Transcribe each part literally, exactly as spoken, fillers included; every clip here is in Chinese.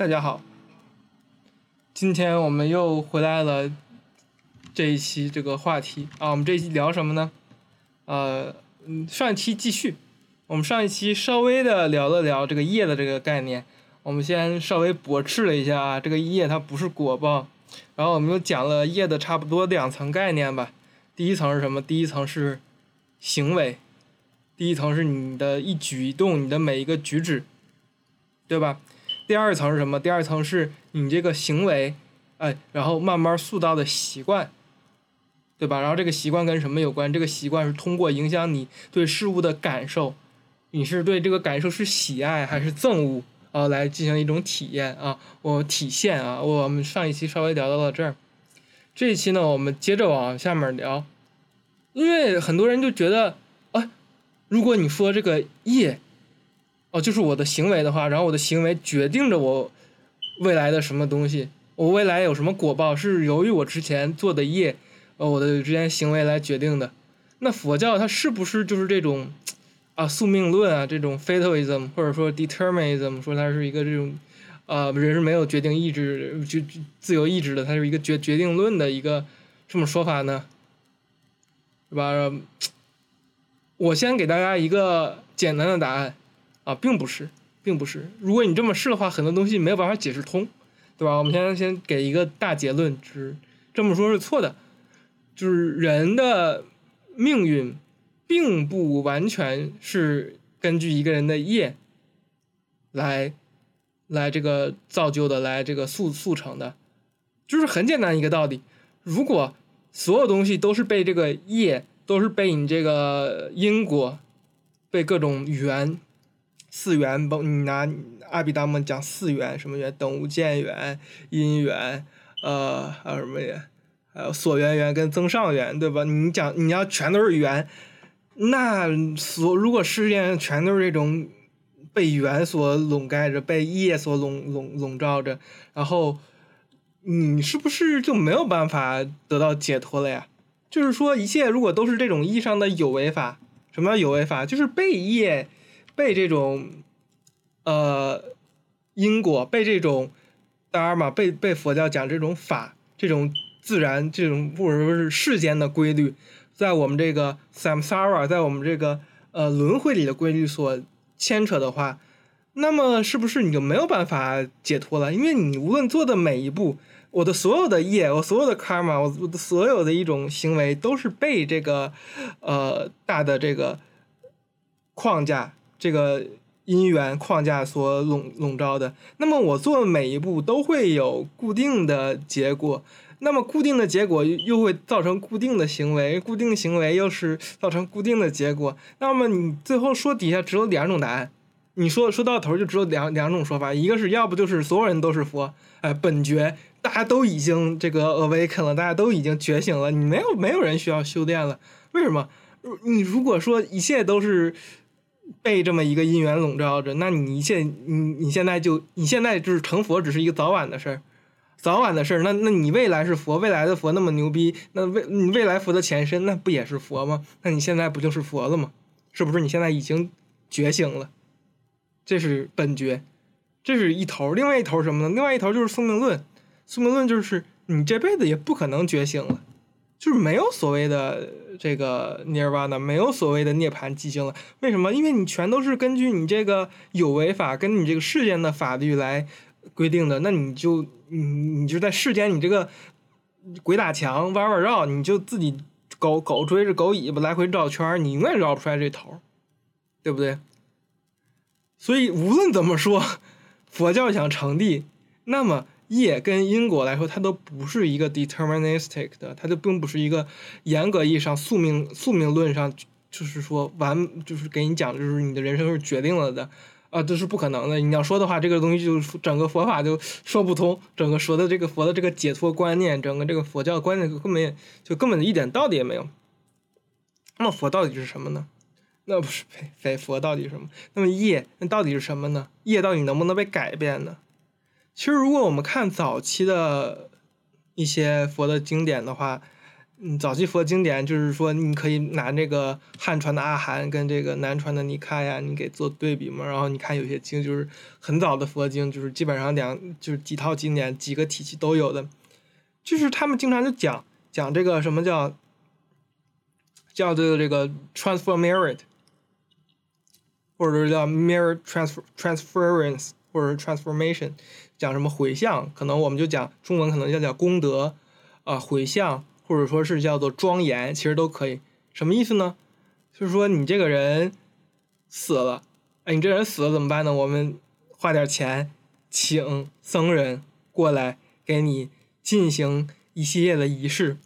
大家好，今天我们又回来了这一期这个话题啊，我们这一期聊什么呢？呃，嗯，上一期继续，我们上一期稍微的聊了聊这个叶的这个概念，我们先稍微驳斥了一下啊，这个叶它不是果报，然后我们又讲了叶的差不多两层概念吧。第一层是什么？第一层是行为，第一层是你的一举一动，你的每一个举止，对吧？第二层是什么？第二层是你这个行为，哎，然后慢慢塑造的习惯，对吧？然后这个习惯跟什么有关？这个习惯是通过影响你对事物的感受，你是对这个感受是喜爱还是憎恶啊，来进行一种体验啊，我体现啊。我们上一期稍微聊到了这儿，这一期呢，我们接着往下面聊，因为很多人就觉得，啊，如果你说这个业。哦，就是我的行为的话，然后我的行为决定着我未来的什么东西，我未来有什么果报是由于我之前做的业，呃，我的之前行为来决定的。那佛教它是不是就是这种啊宿命论啊，这种 fatalism 或者说 determinism， 说它是一个这种呃人是没有决定意志就自由意志的，它是一个决决定论的一个这么说法呢？是吧？我先给大家一个简单的答案。啊，并不是，并不是。如果你这么试的话，很多东西没有办法解释通，对吧？我们现在先给一个大结论，就是这么说是错的，就是人的命运并不完全是根据一个人的业来来这个造就的，来这个速速成的，就是很简单一个道理。如果所有东西都是被这个业，都是被你这个因果，被各种缘。四缘，你拿阿毗达摩讲四缘，什么缘？等无间缘、因缘，呃，还有什么缘？还有所缘缘跟增上缘，对吧？你讲你要全都是缘，那所如果世界上全都是这种被缘所笼盖着，被业所笼笼笼罩着，然后你是不是就没有办法得到解脱了呀？就是说，一切如果都是这种意义上的有为法，什么叫有为法？就是被业。被这种呃因果，被这种达尔玛，被被佛教讲这种法，这种自然，这种或者说是世间的规律，在我们这个 samsara， 在我们这个呃轮回里的规律所牵扯的话，那么是不是你就没有办法解脱了？因为你无论做的每一步，我的所有的业，我所有的 karma， 我的所有的一种行为，都是被这个呃大的这个框架。这个因缘框架所笼笼罩的，那么我做的每一步都会有固定的结果，那么固定的结果又会造成固定的行为，固定行为又是造成固定的结果，那么你最后说底下只有两种答案，你说说到头就只有两两种说法，一个是要不就是所有人都是佛，哎、呃，本觉大家都已经这个 awaken 了，大家都已经觉醒了，你没有没有人需要修炼了，为什么？你如果说一切都是。被这么一个因缘笼罩着，那你现你你现在就你现在就是成佛，只是一个早晚的事儿，早晚的事儿。那那你未来是佛，未来的佛那么牛逼，那未你未来佛的前身，那不也是佛吗？那你现在不就是佛了吗？是不是？你现在已经觉醒了，这是本觉，这是一头。另外一头什么呢？另外一头就是宿命论，宿命论就是你这辈子也不可能觉醒了。就是没有所谓的这个 nirvana， 没有所谓的涅槃寂静了。为什么？因为你全都是根据你这个有为法，跟你这个世间的法律来规定的。那你就你你就在世间，你这个鬼打墙、弯弯绕，你就自己狗狗追着狗尾巴来回绕圈，你永远绕不出来这头，对不对？所以无论怎么说，佛教想成立，那么。业跟因果来说，它都不是一个 deterministic 的，它就并不是一个严格意义上宿命宿命论上，就是说完就是给你讲，就是你的人生是决定了的啊，这是不可能的。你要说的话，这个东西就整个佛法就说不通，整个说的这个佛的这个解脱观念，整个这个佛教观念根本就根本一点道理也没有。那么佛到底是什么呢？那不是非佛到底是什么？那么业那到底是什么呢？业到底能不能被改变呢？其实，如果我们看早期的一些佛的经典的话， 嗯，早期佛经典就是说，你可以拿这个汉传的阿含跟这个南传的尼喀呀，你给做对比嘛。然后你看有些经就是很早的佛经，就是基本上两就是几套经典几个体系都有的，就是他们经常就讲讲这个什么叫叫这个这个 transfer merit， 或者叫 merit transfer transference 或者 transformation， 讲什么回向，可能我们就讲中文可能叫叫功德啊、呃、回向。或者说是叫做庄严，其实都可以。什么意思呢？就是说你这个人死了，哎，你这人死了怎么办呢？我们花点钱，请僧人过来给你进行一系列的仪式。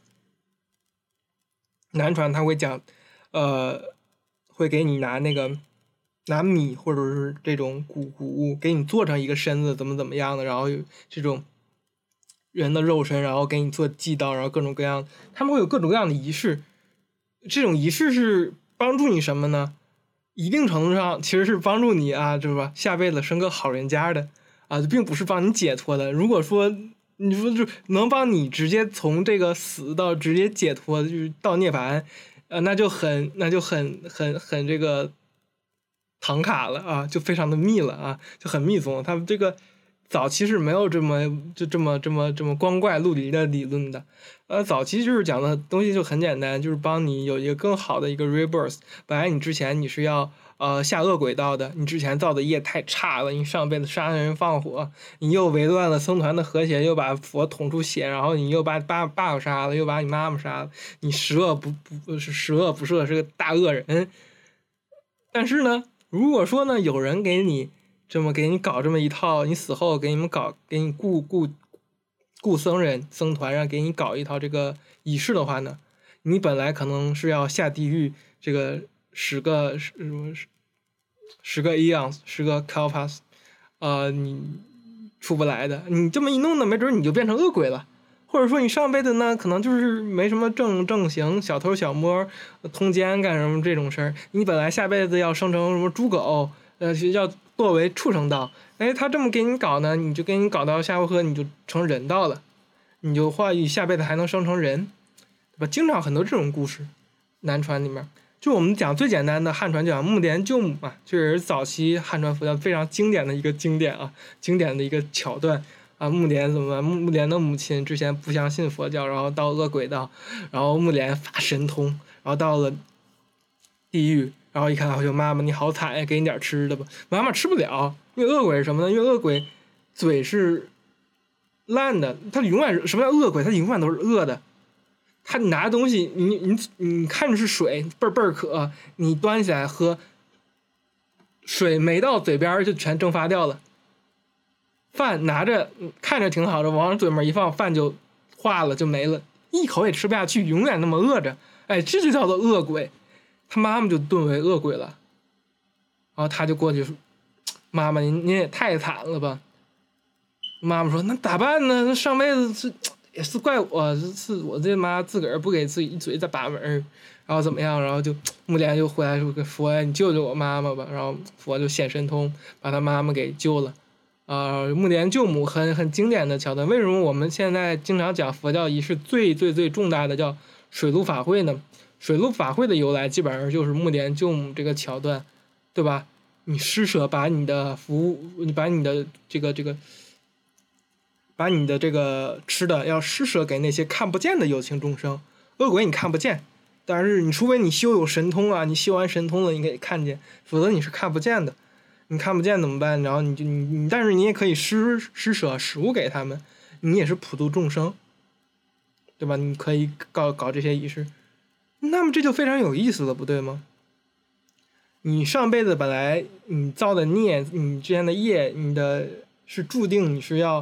南传他会讲，呃，会给你拿那个拿米或者是这种谷谷物，给你做成一个身子，怎么怎么样的，然后有这种人的肉身，然后给你做祭祷，然后各种各样，他们会有各种各样的仪式。这种仪式是帮助你什么呢？一定程度上其实是帮助你啊，对吧？下辈子生个好人家的啊，并不是帮你解脱的。如果说你说就能帮你直接从这个死到直接解脱，就是到涅槃，呃，那就很那就很很很这个唐卡了啊，就非常的密了啊，就很密宗。他们这个。早期是没有这么就这么这么这么光怪陆离的理论的，呃，早期就是讲的东西就很简单，就是帮你有一个更好的一个 rebirth。本来你之前你是要呃下恶轨道的，你之前造的业太差了，你上辈子杀人放火，你又违乱了僧团的和谐，又把佛捅出血，然后你又把爸爸爸杀了，又把你妈妈杀了，你十恶不不是十恶不赦，是个大恶人。但是呢，如果说呢有人给你这么给你搞这么一套，你死后给你们搞，给你雇雇雇僧人僧团，让给你搞一套这个仪式的话呢，你本来可能是要下地狱，这个十个十十个 eons， 十个 kalpas， 呃，你出不来的。你这么一弄呢，没准你就变成恶鬼了，或者说你上辈子呢，可能就是没什么正正行，小偷小摸，通奸干什么这种事儿，你本来下辈子要生成什么猪狗，呃，要作为畜生道，哎，他这么给你搞呢，你就给你搞到下回合你就成人道了，你就或许下辈子还能生成人，对吧？经常很多这种故事，南传里面，就我们讲最简单的汉传就讲目连救母嘛，就是早期汉传佛教非常经典的一个经典啊，经典的一个桥段啊。目连怎么办？目连的母亲之前不相信佛教，然后到恶鬼道，然后目连发神通，然后到了地狱。然后一看，哎呦妈妈你好惨呀，给你点吃的吧。妈妈吃不了，因为恶鬼是什么呢？因为恶鬼嘴是烂的，他永远什么叫恶鬼？他永远都是恶的。他你拿东西，你你你看着是水，倍儿倍儿渴，你端起来喝，水没到嘴边就全蒸发掉了。饭拿着看着挺好的，往嘴面一放，饭就化了就没了，一口也吃不下去，永远那么饿着。哎，这就叫做恶鬼。他妈妈就顿为恶鬼了，然后他就过去说：“妈妈，您您也太惨了吧。”妈妈说：“那咋办呢？上辈子是也是怪我，是我这妈自个儿不给自己一嘴再把门，然后怎么样？然后就目连就回来说：‘佛呀，你救救我妈妈吧。’然后佛就显神通，把他妈妈给救了。啊、呃，目连救母很很经典的桥段。为什么我们现在经常讲佛教仪式最最最重大的叫水陆法会呢？水陆法会的由来基本上就是目连救母这个桥段，对吧？你施舍，把你的服务，你把你的这个这个，把你的这个吃的要施舍给那些看不见的有情众生。恶鬼你看不见，但是你除非你修有神通啊，你修完神通了你可以看见，否则你是看不见的。你看不见怎么办？然后你就你你，但是你也可以施施舍食物给他们，你也是普度众生，对吧？你可以搞搞这些仪式。那么这就非常有意思了，不对吗？你上辈子本来你造的孽，你之前的业，你的是注定你是要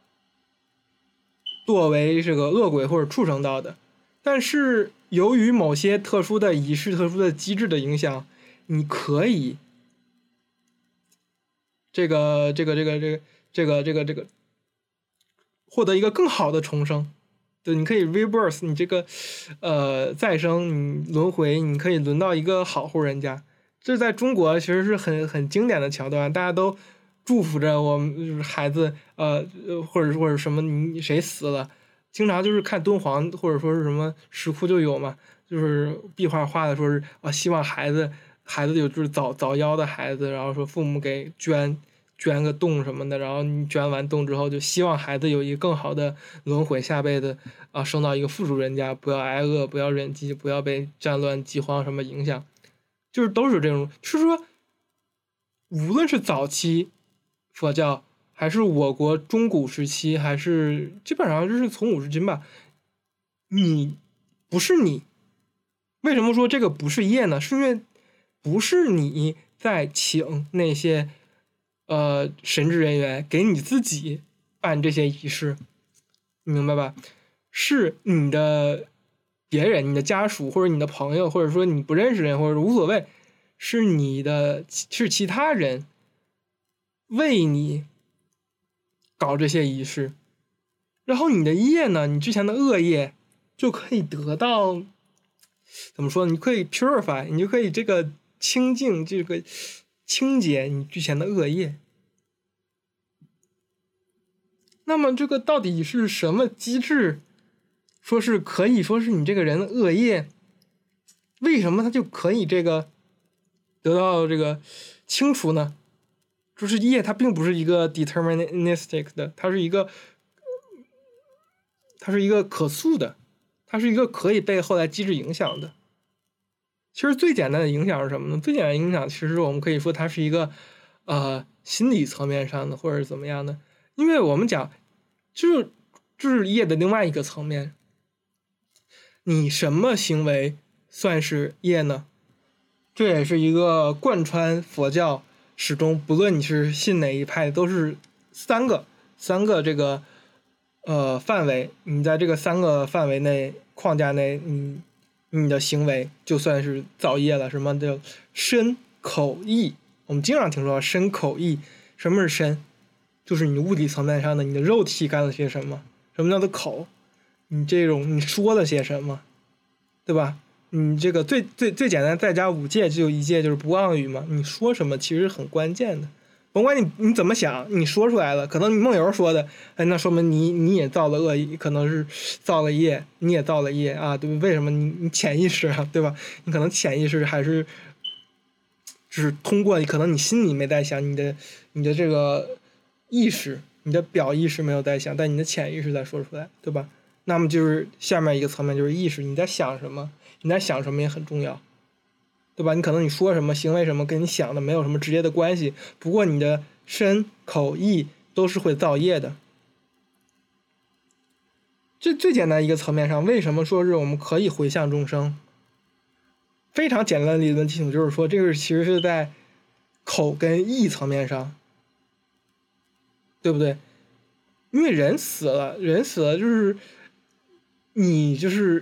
作为这个恶鬼或者畜生道的，但是由于某些特殊的仪式、特殊的机制的影响，你可以这个这个这个这个这个这个这个获得一个更好的重生。对，你可以 rebirth， 你这个呃再生，你轮回，你可以轮到一个好户人家。这在中国其实是很很经典的桥段，大家都祝福着我们孩子，呃或者或者什么你谁死了， 经常就是看敦煌或者说是什么石窟就有嘛，就是壁画画的说是啊，希望孩子孩子有就是早早夭的孩子，然后说父母给捐捐个洞什么的，然后你捐完洞之后，就希望孩子有一个更好的轮回，下辈子啊生到一个富足人家，不要挨饿，不要忍饥，不要被战乱饥荒什么影响，就是都是这种，就是说，无论是早期佛教，还是我国中古时期，还是基本上就是从古至今吧，你不是你，为什么说这个不是业呢？是因为不是你在请那些呃神职人员给你自己办这些仪式，你明白吧？是你的别人、你的家属或者你的朋友，或者说你不认识人，或者无所谓，是你的是其他人为你搞这些仪式，然后你的业呢，你之前的恶业就可以得到怎么说呢？你可以 purify， 你就可以这个清净，这个清洁你之前的恶业。那么这个到底是什么机制，说是可以说是你这个人的恶业，为什么他就可以这个得到这个清除呢？就是业它并不是一个 deterministic 的，它是一个它是一个可塑的，它是一个可以被后来机制影响的。其实最简单的影响是什么呢？最简单的影响其实我们可以说它是一个呃心理层面上的，或者是怎么样的。因为我们讲就是就是业的另外一个层面，你什么行为算是业呢？这也是一个贯穿佛教始终，不论你是信哪一派，都是三个三个这个呃范围，你在这个三个范围内框架内，你你的行为就算是造业了。什么叫身口意？我们经常听说身口意，什么是身？就是你物理层面上的，你的肉体干了些什么？什么叫做口？你这种你说了些什么，对吧？你这个最最最简单，在家五戒就有一戒就是不妄语嘛。你说什么其实很关键的，甭管你你怎么想，你说出来了，可能你梦游说的，哎，那说明你你也造了恶意，可能是造了业，你也造了业啊，对不？为什么你你潜意识啊，对吧？你可能潜意识还是就是通过，可能你心里没在想，你的你的这个意识，你的表意识没有在想，但你的潜意识在说出来，对吧？那么就是下面一个层面就是意识，你在想什么？你在想什么也很重要，对吧？你可能你说什么行为什么跟你想的没有什么直接的关系，不过你的身口意都是会造业的。这最简单一个层面上，为什么说是我们可以回向众生？非常简单的理论基础就是说，这个其实是在口跟意层面上，对不对？因为人死了，人死了就是你就是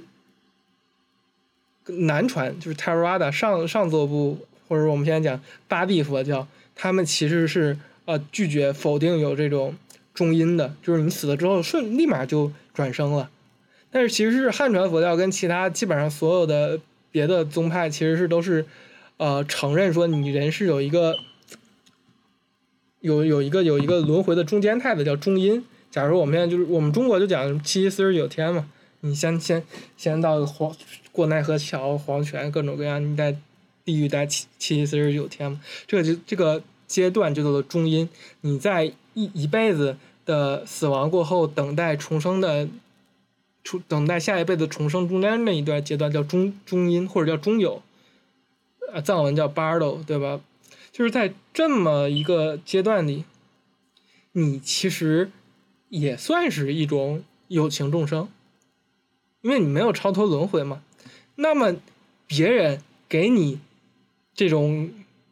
南传，就是 Theravada 上上座部，或者我们现在讲八地佛教，他们其实是呃拒绝否定有这种中阴的，就是你死了之后顺立马就转生了。但是其实是汉传佛教跟其他基本上所有的别的宗派其实是都是呃承认说你人是有一个有有一个有一个轮回的中间态的叫中阴。假如我们现在就是我们中国就讲七七四十九天嘛，你先先先到黄过奈何桥、黄泉各种各样，你在地狱待七七四十九天嘛，这个就这个阶段就叫做中阴。你在一一辈子的死亡过后，等待重生的，出等待下一辈子重生中间那一段阶段叫中中阴，或者叫中有，啊，藏文叫 bardo， 对吧？就是在这么一个阶段里，你其实也算是一种有情众生，因为你没有超脱轮回嘛。那么别人给你这种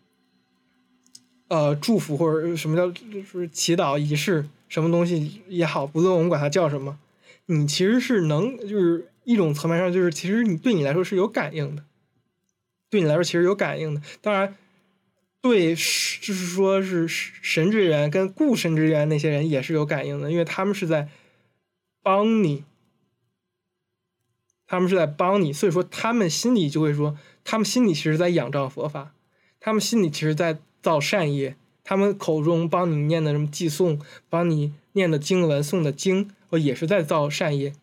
呃祝福或者什么叫就是祈祷仪式，什么东西也好，不论我们管它叫什么，你其实是能就是一种层面上就是其实你对你来说是有感应的，对你来说其实有感应的。当然对就是说是神职员跟顾神职员那些人也是有感应的，因为他们是在帮你，他们是在帮你，所以说他们心里就会说，他们心里其实在仰仗佛法，他们心里其实在造善业，他们口中帮你念的什么寄诵，帮你念的经文诵的经，也是在造善业。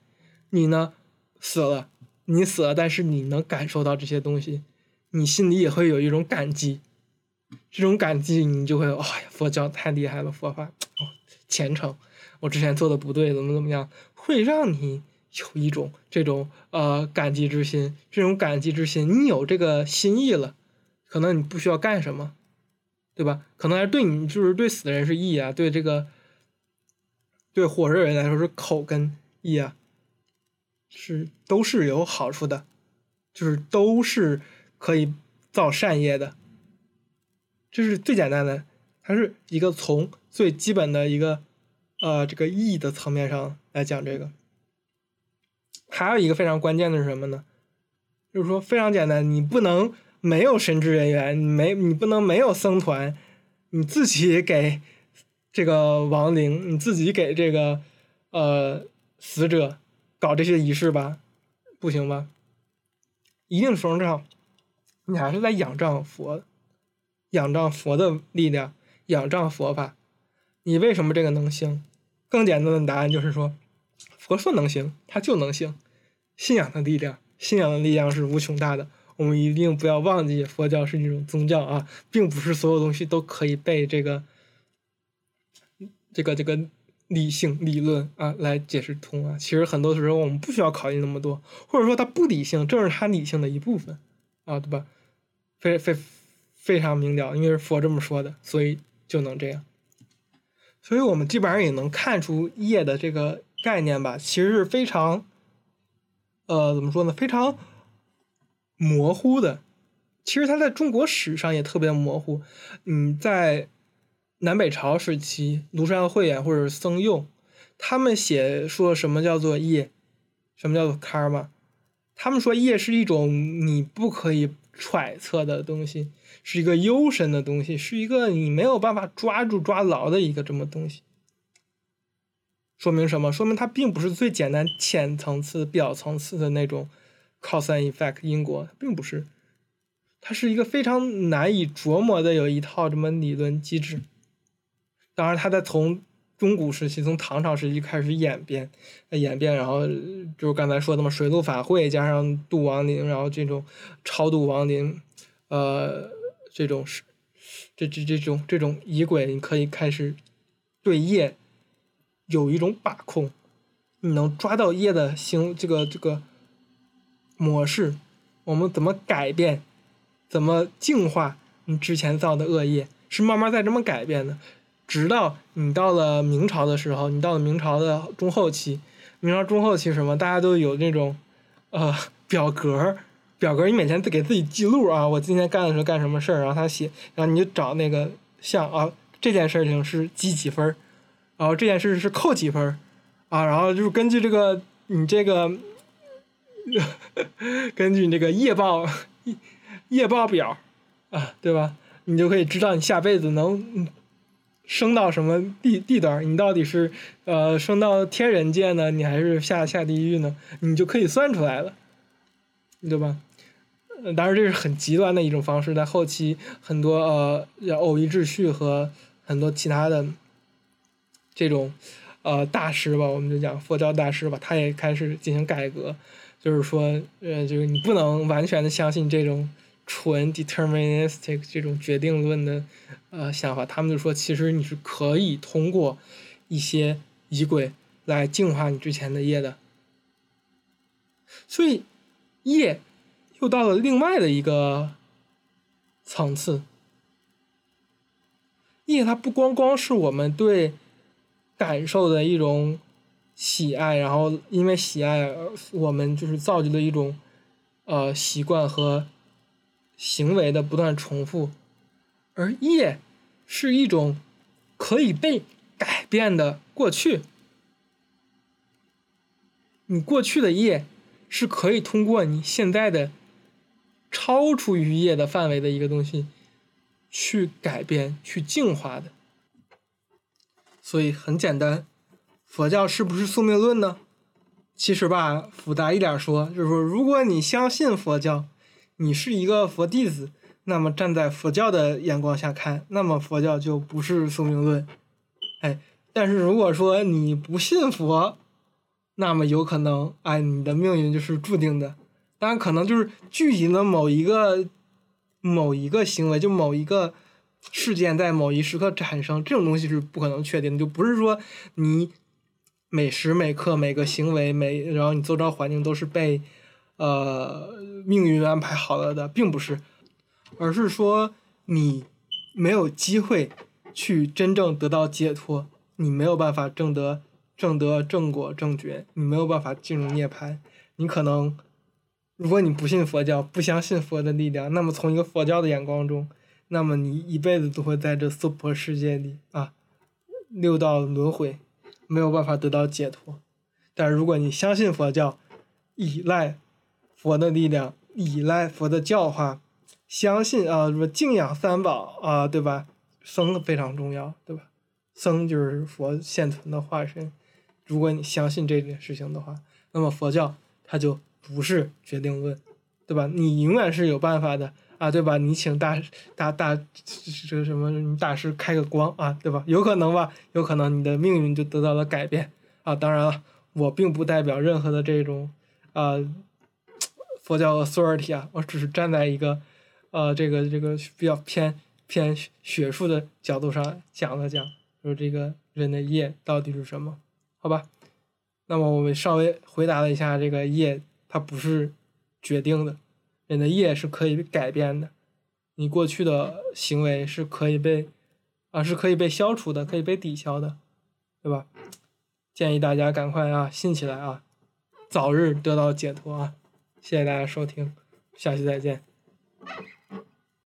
你呢死了，你死了，但是你能感受到这些东西，你心里也会有一种感激，这种感激你就会，哎呀，佛教太厉害了，佛法、哦、虔诚，我之前做的不对，怎么怎么样，会让你有一种这种呃感激之心，这种感激之心，你有这个心意了，可能你不需要干什么，对吧？可能还对你就是对死的人是义啊，对这个对活着人来说是口跟义啊，是都是有好处的，就是都是可以造善业的，这是最简单的，它是一个从最基本的一个呃这个义的层面上来讲这个。还有一个非常关键的是什么呢？就是说非常简单，你不能没有神职人员，你没你不能没有僧团，你自己给这个亡灵，你自己给这个呃死者搞这些仪式吧，不行吧？一定程度上，你还是在仰仗佛，仰仗佛的力量，仰仗佛法。你为什么这个能行？更简单的答案就是说，佛说能行，它就能行。信仰的力量，信仰的力量是无穷大的。我们一定不要忘记，佛教是一种宗教啊，并不是所有东西都可以被这个、这个、这个理性理论啊来解释通啊。其实很多时候我们不需要考虑那么多，或者说它不理性，正是它理性的一部分啊，对吧？非非非常明了，因为是佛这么说的，所以就能这样。所以我们基本上也能看出业的这个概念吧，其实是非常，呃，怎么说呢？非常模糊的。其实它在中国史上也特别模糊。嗯，在南北朝时期，庐山慧眼或者僧佑，他们写说什么叫做业，什么叫做 karma。他们说业是一种你不可以揣测的东西，是一个幽深的东西，是一个你没有办法抓住抓牢的一个这么东西。说明什么？说明它并不是最简单浅层次表层次的那种 cause and effect 因果，并不是，它是一个非常难以琢磨的有一套这么理论机制。当然它在从中古时期，从唐朝时期开始演变演变然后就是刚才说的嘛，水陆法会加上度亡灵，然后这种超度亡灵，呃这种这这这种这种仪轨，你可以开始对业有一种把控，你能抓到业的行这个这个模式，我们怎么改变，怎么净化你之前造的恶业，是慢慢在这么改变的。直到你到了明朝的时候，你到了明朝的中后期，明朝中后期什么，大家都有那种呃表格，表格你每天给自己记录啊，我今天干的时候干什么事儿，然后他写，然后你就找那个像啊这件事情是积几分，然后这件事是扣几分啊，然后就是根据这个你这个根据你这个业报业报表啊，对吧？你就可以知道你下辈子能升到什么地地段，你到底是呃升到天人界呢，你还是下下地狱呢？你就可以算出来了，对吧？呃，当然这是很极端的一种方式，在后期很多呃偶一秩序和很多其他的这种呃大师吧，我们就讲佛教大师吧，他也开始进行改革，就是说呃就是你不能完全的相信这种纯 deterministic 这种决定论的呃想法，他们就说其实你是可以通过一些仪轨来净化你之前的业的。所以业又到了另外的一个层次，业它不光光是我们对感受的一种喜爱，然后因为喜爱我们就是造就的一种呃习惯和行为的不断重复，而业是一种可以被改变的过去。你过去的业是可以通过你现在的超出于业的范围的一个东西去改变、去净化的。所以很简单，佛教是不是宿命论呢？其实吧，复杂一点说，就是说，如果你相信佛教，你是一个佛弟子，那么站在佛教的眼光下看，那么佛教就不是宿命论。哎，但是如果说你不信佛， 那么有可能哎你的命运就是注定的。当然可能就是具体的某一个某一个行为，就某一个事件在某一时刻产生，这种东西是不可能确定的，就不是说你每时每刻每个行为每然后你周遭环境都是被呃命运安排好了的，并不是，而是说你没有机会去真正得到解脱，你没有办法证得证得正果正觉，你没有办法进入涅槃。你可能如果你不信佛教，不相信佛的力量，那么从一个佛教的眼光中，那么你一辈子都会在这娑婆世界里啊六道轮回，没有办法得到解脱。但是如果你相信佛教，依赖佛的力量，依赖佛的教化，相信啊什么敬仰三宝啊，对吧？僧非常重要，对吧？僧就是佛现存的化身。如果你相信这件事情的话，那么佛教它就不是决定论，对吧？你永远是有办法的啊，对吧？你请大大大这个什么大师开个光啊，对吧？有可能吧，有可能你的命运就得到了改变啊。当然了，我并不代表任何的这种啊佛教 authority 啊，我只是站在一个呃这个这个比较偏偏学术的角度上讲了讲，说这个人的业到底是什么，好吧？那么我们稍微回答了一下这个业，它不是决定的，人的业是可以被改变的，你过去的行为是可以被啊是可以被消除的，可以被抵消的，对吧？建议大家赶快啊信起来啊，早日得到解脱啊！谢谢大家收听，下期再见。